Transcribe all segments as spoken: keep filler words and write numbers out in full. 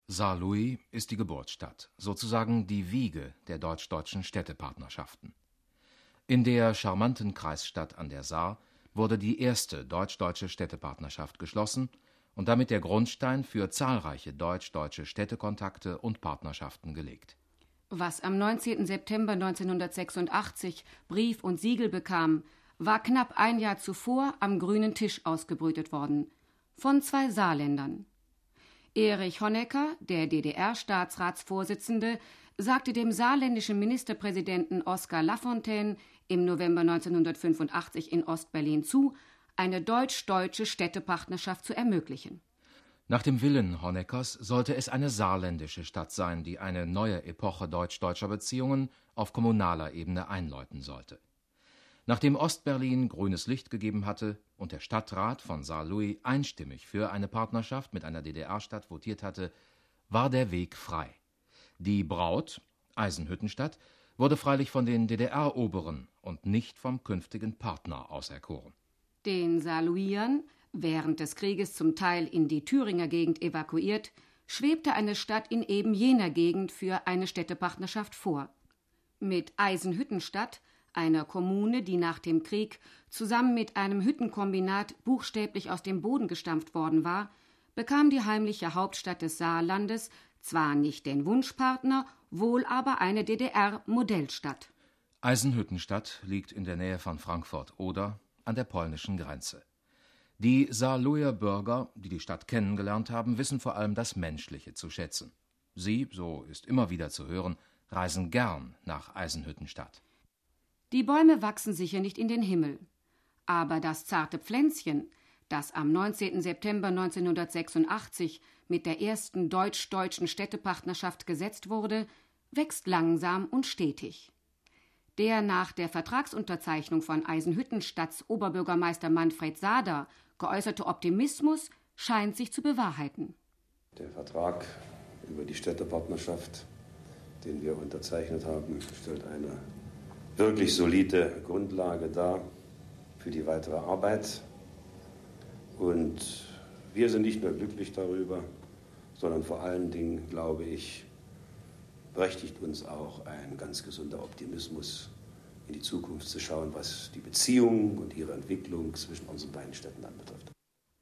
Saarlouis ist die Geburtsstadt, sozusagen die Wiege der deutsch-deutschen Städtepartnerschaften. In der charmanten Kreisstadt an der Saar wurde die erste deutsch-deutsche Städtepartnerschaft geschlossen und damit der Grundstein für zahlreiche deutsch-deutsche Städtekontakte und Partnerschaften gelegt. Was am neunzehnten September neunzehnhundertsechsundachtzig Brief und Siegel bekam, war knapp ein Jahr zuvor am grünen Tisch ausgebrütet worden, von zwei Saarländern. Erich Honecker, der D D R-Staatsratsvorsitzende, sagte dem saarländischen Ministerpräsidenten Oskar Lafontaine im November neunzehnhundertfünfundachtzig in Ostberlin zu, eine deutsch-deutsche Städtepartnerschaft zu ermöglichen. Nach dem Willen Honeckers sollte es eine saarländische Stadt sein, die eine neue Epoche deutsch-deutscher Beziehungen auf kommunaler Ebene einläuten sollte. Nachdem Ostberlin grünes Licht gegeben hatte und der Stadtrat von Saarlouis einstimmig für eine Partnerschaft mit einer D D R-Stadt votiert hatte, war der Weg frei. Die Braut, Eisenhüttenstadt, wurde freilich von den D D R-Oberen und nicht vom künftigen Partner auserkoren. Den Saarlouiern, während des Krieges zum Teil in die Thüringer Gegend evakuiert, schwebte eine Stadt in eben jener Gegend für eine Städtepartnerschaft vor. Mit Eisenhüttenstadt, einer Kommune, die nach dem Krieg zusammen mit einem Hüttenkombinat buchstäblich aus dem Boden gestampft worden war, bekam die heimliche Hauptstadt des Saarlandes zwar nicht den Wunschpartner, wohl aber eine D D R-Modellstadt. Eisenhüttenstadt liegt in der Nähe von Frankfurt (Oder) an der polnischen Grenze. Die Saarlouier Bürger, die die Stadt kennengelernt haben, wissen vor allem das Menschliche zu schätzen. Sie, so ist immer wieder zu hören, reisen gern nach Eisenhüttenstadt. Die Bäume wachsen sicher nicht in den Himmel. Aber das zarte Pflänzchen, das am neunzehnten September neunzehnhundertsechsundachtzig mit der ersten deutsch-deutschen Städtepartnerschaft gesetzt wurde, wächst langsam und stetig. Der nach der Vertragsunterzeichnung von Eisenhüttenstadts Oberbürgermeister Manfred Sader geäußerte Optimismus scheint sich zu bewahrheiten. Der Vertrag über die Städtepartnerschaft, den wir unterzeichnet haben, stellt eine wirklich solide Grundlage dar für die weitere Arbeit. Und wir sind nicht nur glücklich darüber, sondern vor allen Dingen, glaube ich, berechtigt uns auch ein ganz gesunder Optimismus, in die Zukunft zu schauen, was die Beziehungen und ihre Entwicklung zwischen unseren beiden Städten anbetrifft.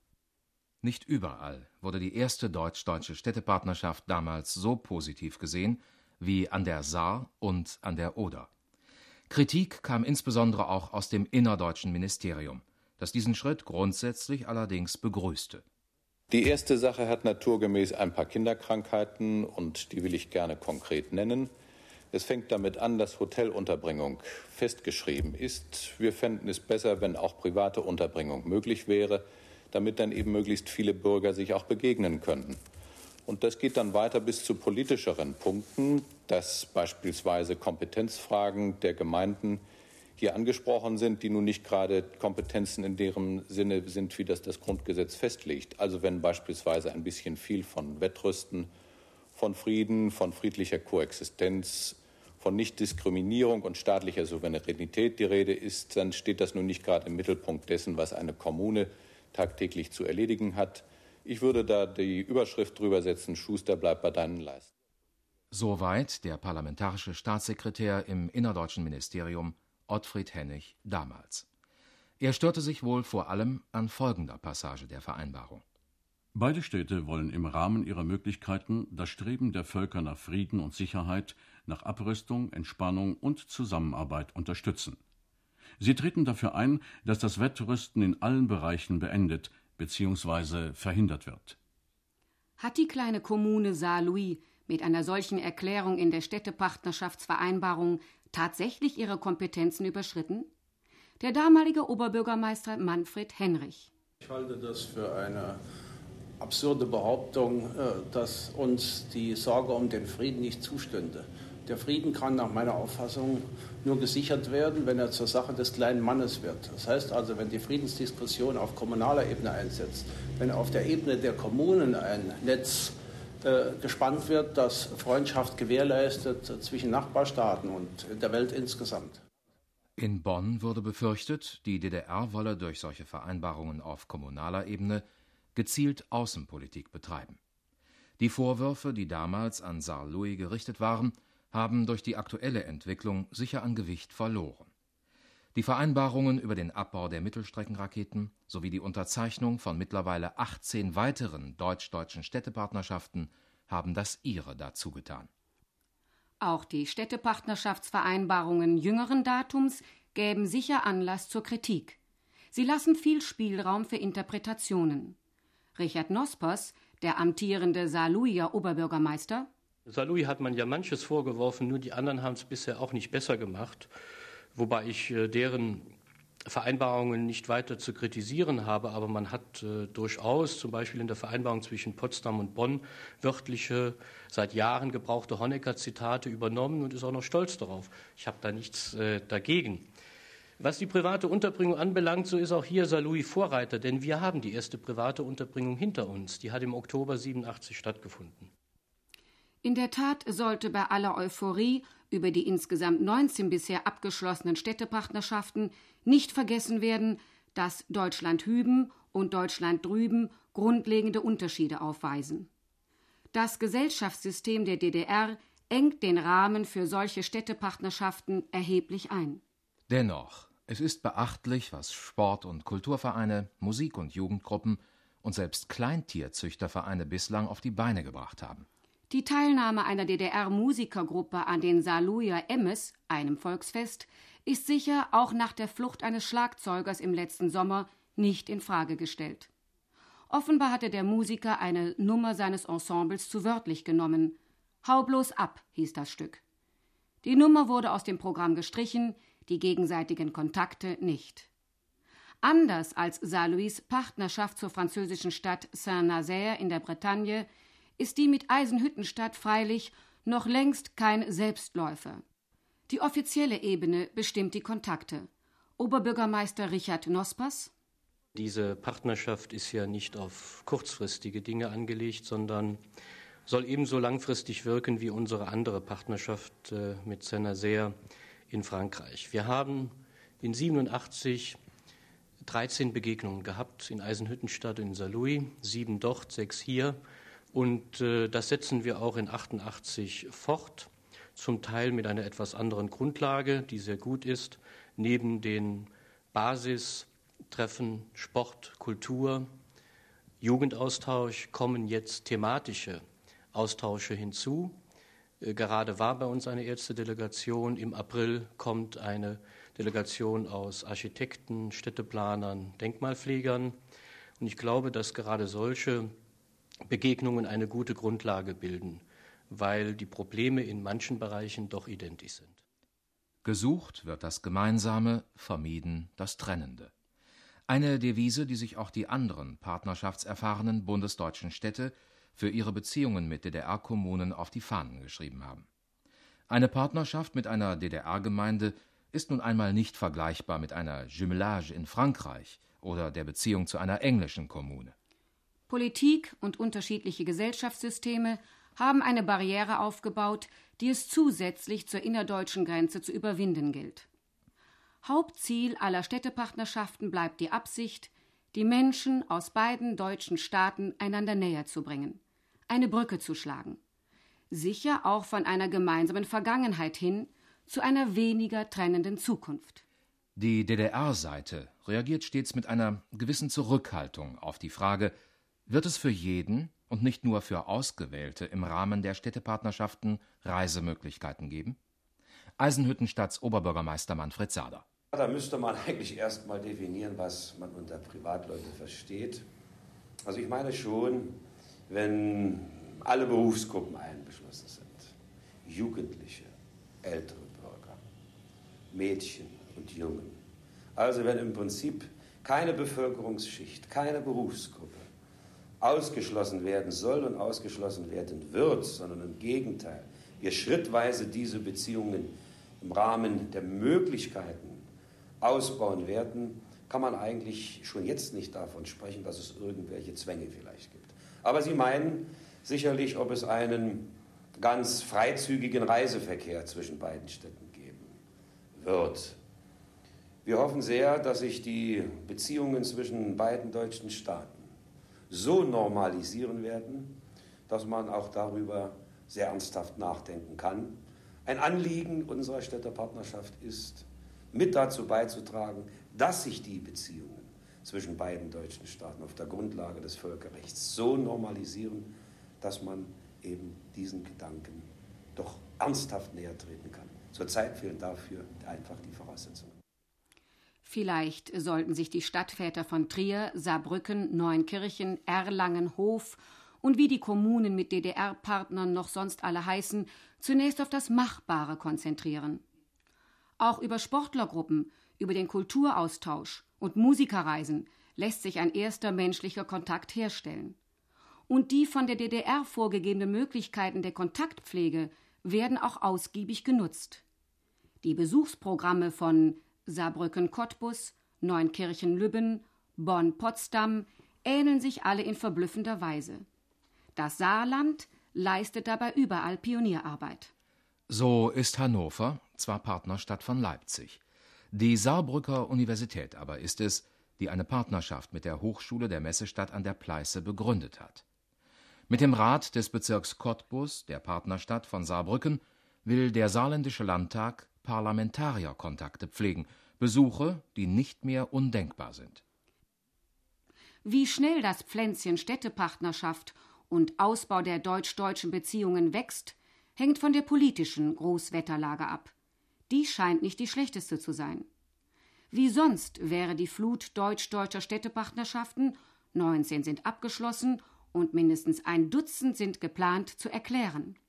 Nicht überall wurde die erste deutsch-deutsche Städtepartnerschaft damals so positiv gesehen wie an der Saar und an der Oder. Kritik kam insbesondere auch aus dem innerdeutschen Ministerium, das diesen Schritt grundsätzlich allerdings begrüßte. Die erste Sache hat naturgemäß ein paar Kinderkrankheiten und die will ich gerne konkret nennen. Es fängt damit an, dass Hotelunterbringung festgeschrieben ist. Wir fänden es besser, wenn auch private Unterbringung möglich wäre, damit dann eben möglichst viele Bürger sich auch begegnen könnten. Und das geht dann weiter bis zu politischeren Punkten, dass beispielsweise Kompetenzfragen der Gemeinden hier angesprochen sind, die nun nicht gerade Kompetenzen in deren Sinne sind, wie das das Grundgesetz festlegt. Also wenn beispielsweise ein bisschen viel von Wettrüsten, von Frieden, von friedlicher Koexistenz, von Nichtdiskriminierung und staatlicher Souveränität die Rede ist, dann steht das nun nicht gerade im Mittelpunkt dessen, was eine Kommune tagtäglich zu erledigen hat. Ich würde da die Überschrift drüber setzen, Schuster, bleib bei deinen Leisten. Soweit der parlamentarische Staatssekretär im innerdeutschen Ministerium Ottfried Hennig damals. Er störte sich wohl vor allem an folgender Passage der Vereinbarung. Beide Städte wollen im Rahmen ihrer Möglichkeiten das Streben der Völker nach Frieden und Sicherheit, nach Abrüstung, Entspannung und Zusammenarbeit unterstützen. Sie treten dafür ein, dass das Wettrüsten in allen Bereichen beendet bzw. verhindert wird. Hat die kleine Kommune Saarlouis mit einer solchen Erklärung in der Städtepartnerschaftsvereinbarung tatsächlich ihre Kompetenzen überschritten? Der damalige Oberbürgermeister Manfred Henrich. Ich halte das für eine absurde Behauptung, dass uns die Sorge um den Frieden nicht zustünde. Der Frieden kann nach meiner Auffassung nur gesichert werden, wenn er zur Sache des kleinen Mannes wird. Das heißt also, wenn die Friedensdiskussion auf kommunaler Ebene einsetzt, wenn auf der Ebene der Kommunen ein Netz äh, gespannt wird, das Freundschaft gewährleistet zwischen Nachbarstaaten und der Welt insgesamt. In Bonn wurde befürchtet, die D D R wolle durch solche Vereinbarungen auf kommunaler Ebene gezielt Außenpolitik betreiben. Die Vorwürfe, die damals an Saarlouis gerichtet waren, haben durch die aktuelle Entwicklung sicher an Gewicht verloren. Die Vereinbarungen über den Abbau der Mittelstreckenraketen sowie die Unterzeichnung von mittlerweile achtzehn weiteren deutsch-deutschen Städtepartnerschaften haben das ihre dazu getan. Auch die Städtepartnerschaftsvereinbarungen jüngeren Datums gäben sicher Anlass zur Kritik. Sie lassen viel Spielraum für Interpretationen. Richard Nospers, der amtierende Saarlouier Oberbürgermeister: Saarlouis hat man ja manches vorgeworfen, nur die anderen haben es bisher auch nicht besser gemacht, wobei ich äh, deren Vereinbarungen nicht weiter zu kritisieren habe, aber man hat äh, durchaus zum Beispiel in der Vereinbarung zwischen Potsdam und Bonn wörtliche, seit Jahren gebrauchte Honecker-Zitate übernommen und ist auch noch stolz darauf. Ich habe da nichts äh, dagegen. Was die private Unterbringung anbelangt, so ist auch hier Saarlouis Vorreiter, denn wir haben die erste private Unterbringung hinter uns. Die hat im Oktober siebenundachtzig stattgefunden. In der Tat sollte bei aller Euphorie über die insgesamt neunzehn bisher abgeschlossenen Städtepartnerschaften nicht vergessen werden, dass Deutschland hüben und Deutschland drüben grundlegende Unterschiede aufweisen. Das Gesellschaftssystem der D D R engt den Rahmen für solche Städtepartnerschaften erheblich ein. Dennoch, es ist beachtlich, was Sport- und Kulturvereine, Musik- und Jugendgruppen und selbst Kleintierzüchtervereine bislang auf die Beine gebracht haben. Die Teilnahme einer D D R-Musikergruppe an den Saarlouier Emmes, einem Volksfest, ist sicher auch nach der Flucht eines Schlagzeugers im letzten Sommer nicht in Frage gestellt. Offenbar hatte der Musiker eine Nummer seines Ensembles zu wörtlich genommen. »Hau bloß ab« hieß das Stück. Die Nummer wurde aus dem Programm gestrichen, die gegenseitigen Kontakte nicht. Anders als Saarlouis' Partnerschaft zur französischen Stadt Saint-Nazaire in der Bretagne ist die mit Eisenhüttenstadt freilich noch längst kein Selbstläufer. Die offizielle Ebene bestimmt die Kontakte. Oberbürgermeister Richard Nospers: Diese Partnerschaft ist ja nicht auf kurzfristige Dinge angelegt, sondern soll ebenso langfristig wirken wie unsere andere Partnerschaft äh, mit Saint-Nazaire in Frankreich. Wir haben in siebenundachtzig dreizehn Begegnungen gehabt in Eisenhüttenstadt und in Saarlouis, sieben dort, sechs hier. Und äh, das setzen wir auch in achtundachtzig fort, zum Teil mit einer etwas anderen Grundlage, die sehr gut ist. Neben den Basistreffen Sport, Kultur, Jugendaustausch kommen jetzt thematische Austausche hinzu. Äh, gerade war bei uns eine Ärztedelegation. Im April kommt eine Delegation aus Architekten, Städteplanern, Denkmalpflegern. Und ich glaube, dass gerade solche Begegnungen eine gute Grundlage bilden, weil die Probleme in manchen Bereichen doch identisch sind. Gesucht wird das Gemeinsame, vermieden das Trennende. Eine Devise, die sich auch die anderen partnerschaftserfahrenen bundesdeutschen Städte für ihre Beziehungen mit D D R-Kommunen auf die Fahnen geschrieben haben. Eine Partnerschaft mit einer D D R-Gemeinde ist nun einmal nicht vergleichbar mit einer Jumelage in Frankreich oder der Beziehung zu einer englischen Kommune. Politik und unterschiedliche Gesellschaftssysteme haben eine Barriere aufgebaut, die es zusätzlich zur innerdeutschen Grenze zu überwinden gilt. Hauptziel aller Städtepartnerschaften bleibt die Absicht, die Menschen aus beiden deutschen Staaten einander näher zu bringen, eine Brücke zu schlagen. Sicher auch von einer gemeinsamen Vergangenheit hin zu einer weniger trennenden Zukunft. Die D D R-Seite reagiert stets mit einer gewissen Zurückhaltung auf die Frage: Wird es für jeden und nicht nur für Ausgewählte im Rahmen der Städtepartnerschaften Reisemöglichkeiten geben? Eisenhüttenstadts Oberbürgermeister Manfred Sader: Da müsste man eigentlich erst mal definieren, was man unter Privatleute versteht. Also ich meine schon, wenn alle Berufsgruppen einbeschlossen sind, Jugendliche, ältere Bürger, Mädchen und Jungen, also wenn im Prinzip keine Bevölkerungsschicht, keine Berufsgruppe ausgeschlossen werden soll und ausgeschlossen werden wird, sondern im Gegenteil, wir schrittweise diese Beziehungen im Rahmen der Möglichkeiten ausbauen werden, kann man eigentlich schon jetzt nicht davon sprechen, dass es irgendwelche Zwänge vielleicht gibt. Aber Sie meinen sicherlich, ob es einen ganz freizügigen Reiseverkehr zwischen beiden Städten geben wird. Wir hoffen sehr, dass sich die Beziehungen zwischen beiden deutschen Staaten so normalisieren werden, dass man auch darüber sehr ernsthaft nachdenken kann. Ein Anliegen unserer Städtepartnerschaft ist, mit dazu beizutragen, dass sich die Beziehungen zwischen beiden deutschen Staaten auf der Grundlage des Völkerrechts so normalisieren, dass man eben diesen Gedanken doch ernsthaft näher treten kann. Zurzeit fehlen dafür einfach die Voraussetzungen. Vielleicht sollten sich die Stadtväter von Trier, Saarbrücken, Neunkirchen, Erlangen, Hof und wie die Kommunen mit D D R-Partnern noch sonst alle heißen, zunächst auf das Machbare konzentrieren. Auch über Sportlergruppen, über den Kulturaustausch und Musikerreisen lässt sich ein erster menschlicher Kontakt herstellen. Und die von der D D R vorgegebenen Möglichkeiten der Kontaktpflege werden auch ausgiebig genutzt. Die Besuchsprogramme von Saarbrücken-Cottbus, Neunkirchen-Lübben, Bonn-Potsdam ähneln sich alle in verblüffender Weise. Das Saarland leistet dabei überall Pionierarbeit. So ist Hannover zwar Partnerstadt von Leipzig. Die Saarbrücker Universität aber ist es, die eine Partnerschaft mit der Hochschule der Messestadt an der Pleiße begründet hat. Mit dem Rat des Bezirks Cottbus, der Partnerstadt von Saarbrücken, will der saarländische Landtag Parlamentarierkontakte pflegen, Besuche, die nicht mehr undenkbar sind. Wie schnell das Pflänzchen Städtepartnerschaft und Ausbau der deutsch-deutschen Beziehungen wächst, hängt von der politischen Großwetterlage ab. Die scheint nicht die schlechteste zu sein. Wie sonst wäre die Flut deutsch-deutscher Städtepartnerschaften, neunzehn sind abgeschlossen und mindestens ein Dutzend sind geplant, zu erklären.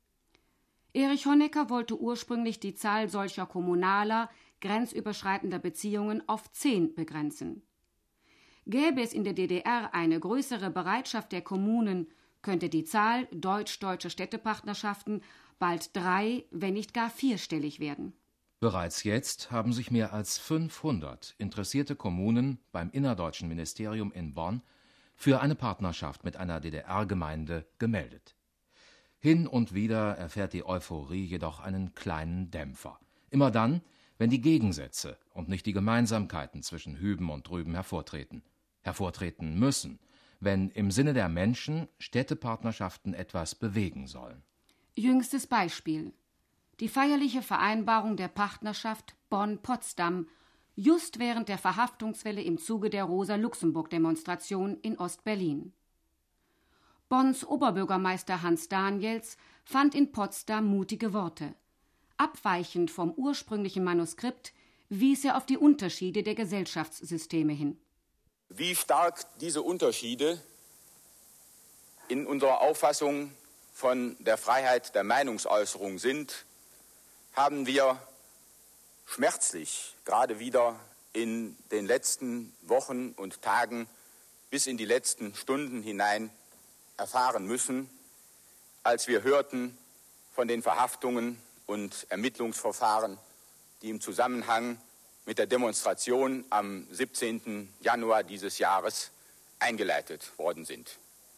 Erich Honecker wollte ursprünglich die Zahl solcher kommunaler, grenzüberschreitender Beziehungen auf zehn begrenzen. Gäbe es in der D D R eine größere Bereitschaft der Kommunen, könnte die Zahl deutsch-deutscher Städtepartnerschaften bald drei, wenn nicht gar vierstellig werden. Bereits jetzt haben sich mehr als fünfhundert interessierte Kommunen beim innerdeutschen Ministerium in Bonn für eine Partnerschaft mit einer D D R-Gemeinde gemeldet. Hin und wieder erfährt die Euphorie jedoch einen kleinen Dämpfer. Immer dann, wenn die Gegensätze und nicht die Gemeinsamkeiten zwischen hüben und drüben hervortreten. Hervortreten müssen, wenn im Sinne der Menschen Städtepartnerschaften etwas bewegen sollen. Jüngstes Beispiel: die feierliche Vereinbarung der Partnerschaft Bonn-Potsdam, just während der Verhaftungswelle im Zuge der Rosa-Luxemburg-Demonstration in Ost-Berlin. Bonns Oberbürgermeister Hans Daniels fand in Potsdam mutige Worte. Abweichend vom ursprünglichen Manuskript wies er auf die Unterschiede der Gesellschaftssysteme hin. Wie stark diese Unterschiede in unserer Auffassung von der Freiheit der Meinungsäußerung sind, haben wir schmerzlich gerade wieder in den letzten Wochen und Tagen bis in die letzten Stunden hinein erfahren müssen, als wir hörten von den Verhaftungen und Ermittlungsverfahren, die im Zusammenhang mit der Demonstration am siebzehnten Januar dieses Jahres eingeleitet worden sind.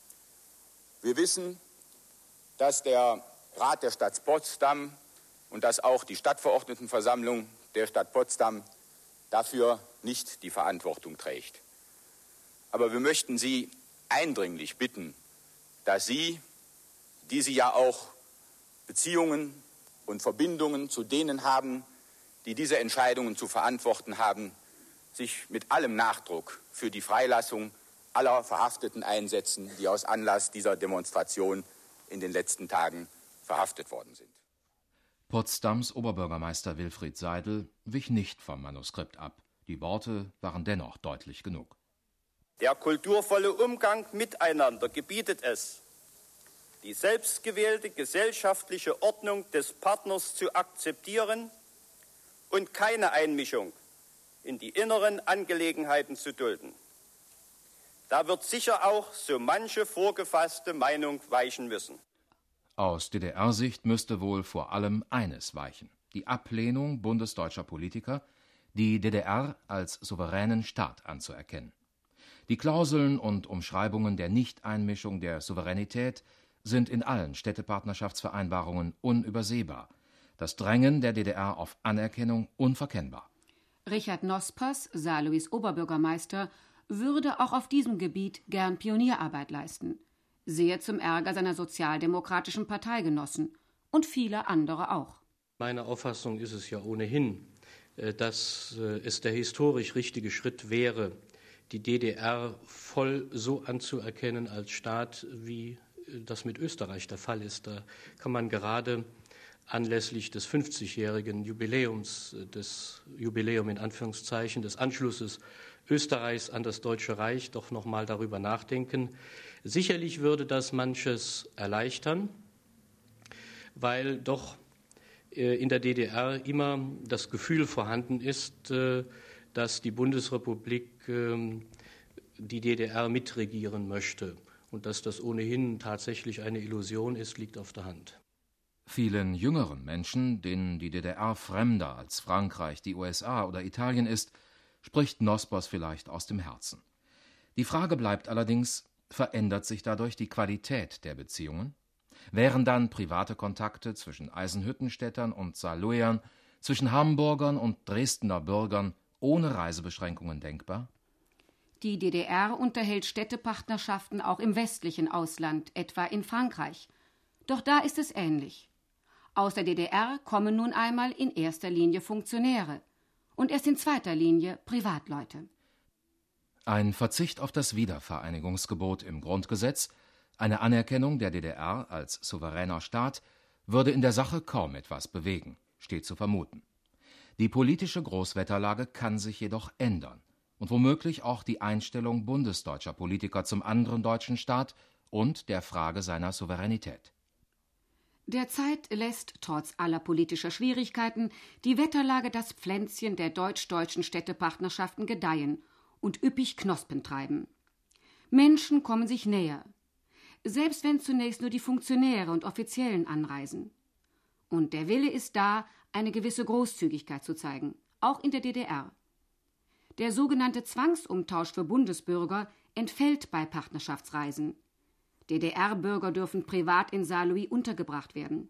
Wir wissen, dass der Rat der Stadt Potsdam und dass auch die Stadtverordnetenversammlung der Stadt Potsdam dafür nicht die Verantwortung trägt. Aber wir möchten Sie eindringlich bitten, dass Sie, die Sie ja auch Beziehungen und Verbindungen zu denen haben, die diese Entscheidungen zu verantworten haben, sich mit allem Nachdruck für die Freilassung aller Verhafteten einsetzen, die aus Anlass dieser Demonstration in den letzten Tagen verhaftet worden sind. Potsdams Oberbürgermeister Wilfried Seidel wich nicht vom Manuskript ab. Die Worte waren dennoch deutlich genug. Der kulturvolle Umgang miteinander gebietet es, die selbstgewählte gesellschaftliche Ordnung des Partners zu akzeptieren und keine Einmischung in die inneren Angelegenheiten zu dulden. Da wird sicher auch so manche vorgefasste Meinung weichen müssen. Aus D D R-Sicht müsste wohl vor allem eines weichen: die Ablehnung bundesdeutscher Politiker, die D D R als souveränen Staat anzuerkennen. Die Klauseln und Umschreibungen der Nichteinmischung der Souveränität sind in allen Städtepartnerschaftsvereinbarungen unübersehbar. Das Drängen der D D R auf Anerkennung unverkennbar. Richard Nospers, Saarlouis Oberbürgermeister, würde auch auf diesem Gebiet gern Pionierarbeit leisten. sehr zum Ärger seiner sozialdemokratischen Parteigenossen und vieler anderer auch. Meine Auffassung ist es ja ohnehin, dass es der historisch richtige Schritt wäre, die D D R voll so anzuerkennen als Staat, wie das mit Österreich der Fall ist. Da kann man gerade anlässlich des fünfzigjährigen Jubiläums, des Jubiläum in Anführungszeichen, des Anschlusses Österreichs an das Deutsche Reich doch noch mal darüber nachdenken. Sicherlich würde das manches erleichtern, weil doch in der D D R immer das Gefühl vorhanden ist, dass die Bundesrepublik die D D R mitregieren möchte. Und dass das ohnehin tatsächlich eine Illusion ist, liegt auf der Hand. Vielen jüngeren Menschen, denen die D D R fremder als Frankreich, die U S A oder Italien ist, spricht Nospers vielleicht aus dem Herzen. Die Frage bleibt allerdings, verändert sich dadurch die Qualität der Beziehungen? Wären dann private Kontakte zwischen Eisenhüttenstädtern und Saarlouiern, zwischen Hamburgern und Dresdner Bürgern ohne Reisebeschränkungen denkbar? Die D D R unterhält Städtepartnerschaften auch im westlichen Ausland, etwa in Frankreich. Doch da ist es ähnlich. Aus der D D R kommen nun einmal in erster Linie Funktionäre und erst in zweiter Linie Privatleute. Ein Verzicht auf das Wiedervereinigungsgebot im Grundgesetz, eine Anerkennung der D D R als souveräner Staat, würde in der Sache kaum etwas bewegen, steht zu vermuten. Die politische Großwetterlage kann sich jedoch ändern und womöglich auch die Einstellung bundesdeutscher Politiker zum anderen deutschen Staat und der Frage seiner Souveränität. Derzeit lässt trotz aller politischer Schwierigkeiten die Wetterlage das Pflänzchen der deutsch-deutschen Städtepartnerschaften gedeihen und üppig Knospen treiben. Menschen kommen sich näher, selbst wenn zunächst nur die Funktionäre und Offiziellen anreisen. Und der Wille ist da, eine gewisse Großzügigkeit zu zeigen, auch in der D D R. Der sogenannte Zwangsumtausch für Bundesbürger entfällt bei Partnerschaftsreisen. D D R-Bürger dürfen privat in Saarlouis untergebracht werden.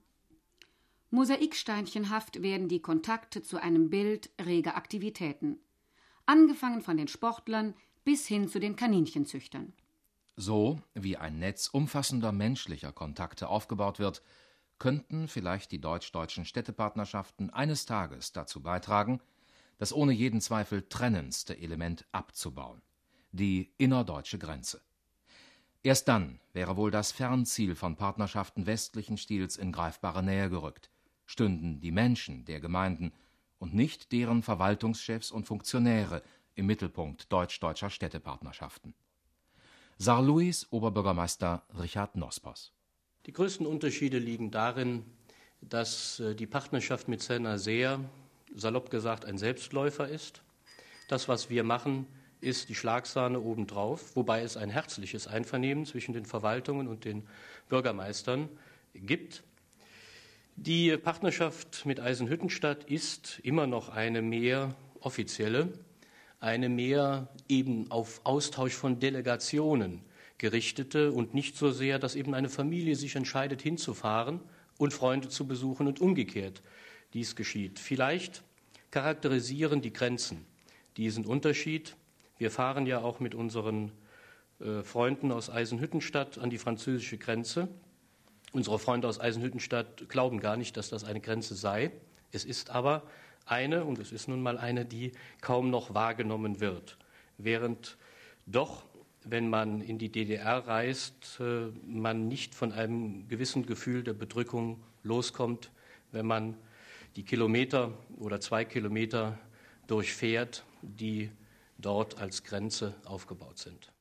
Mosaiksteinchenhaft werden die Kontakte zu einem Bild reger Aktivitäten, angefangen von den Sportlern bis hin zu den Kaninchenzüchtern. So wie ein Netz umfassender menschlicher Kontakte aufgebaut wird, könnten vielleicht die deutsch-deutschen Städtepartnerschaften eines Tages dazu beitragen, das ohne jeden Zweifel trennendste Element abzubauen, die innerdeutsche Grenze. Erst dann wäre wohl das Fernziel von Partnerschaften westlichen Stils in greifbare Nähe gerückt, stünden die Menschen der Gemeinden und nicht deren Verwaltungschefs und Funktionäre im Mittelpunkt deutsch-deutscher Städtepartnerschaften. Saarlouis Oberbürgermeister Richard Nospers. Die größten Unterschiede liegen darin, dass die Partnerschaft mit Saint-Nazaire, salopp gesagt, ein Selbstläufer ist. Das, was wir machen, ist die Schlagsahne obendrauf, wobei es ein herzliches Einvernehmen zwischen den Verwaltungen und den Bürgermeistern gibt. Die Partnerschaft mit Eisenhüttenstadt ist immer noch eine mehr offizielle, eine mehr eben auf Austausch von Delegationen gerichtete und nicht so sehr, dass eben eine Familie sich entscheidet, hinzufahren und Freunde zu besuchen und umgekehrt dies geschieht. Vielleicht charakterisieren die Grenzen diesen Unterschied. Wir fahren ja auch mit unseren äh, Freunden aus Eisenhüttenstadt an die französische Grenze. Unsere Freunde aus Eisenhüttenstadt glauben gar nicht, dass das eine Grenze sei. Es ist aber eine, und es ist nun mal eine, die kaum noch wahrgenommen wird. Während doch, wenn man in die D D R reist, äh, man nicht von einem gewissen Gefühl der Bedrückung loskommt, wenn man die Kilometer oder zwei Kilometer durchfährt, die dort als Grenze aufgebaut sind.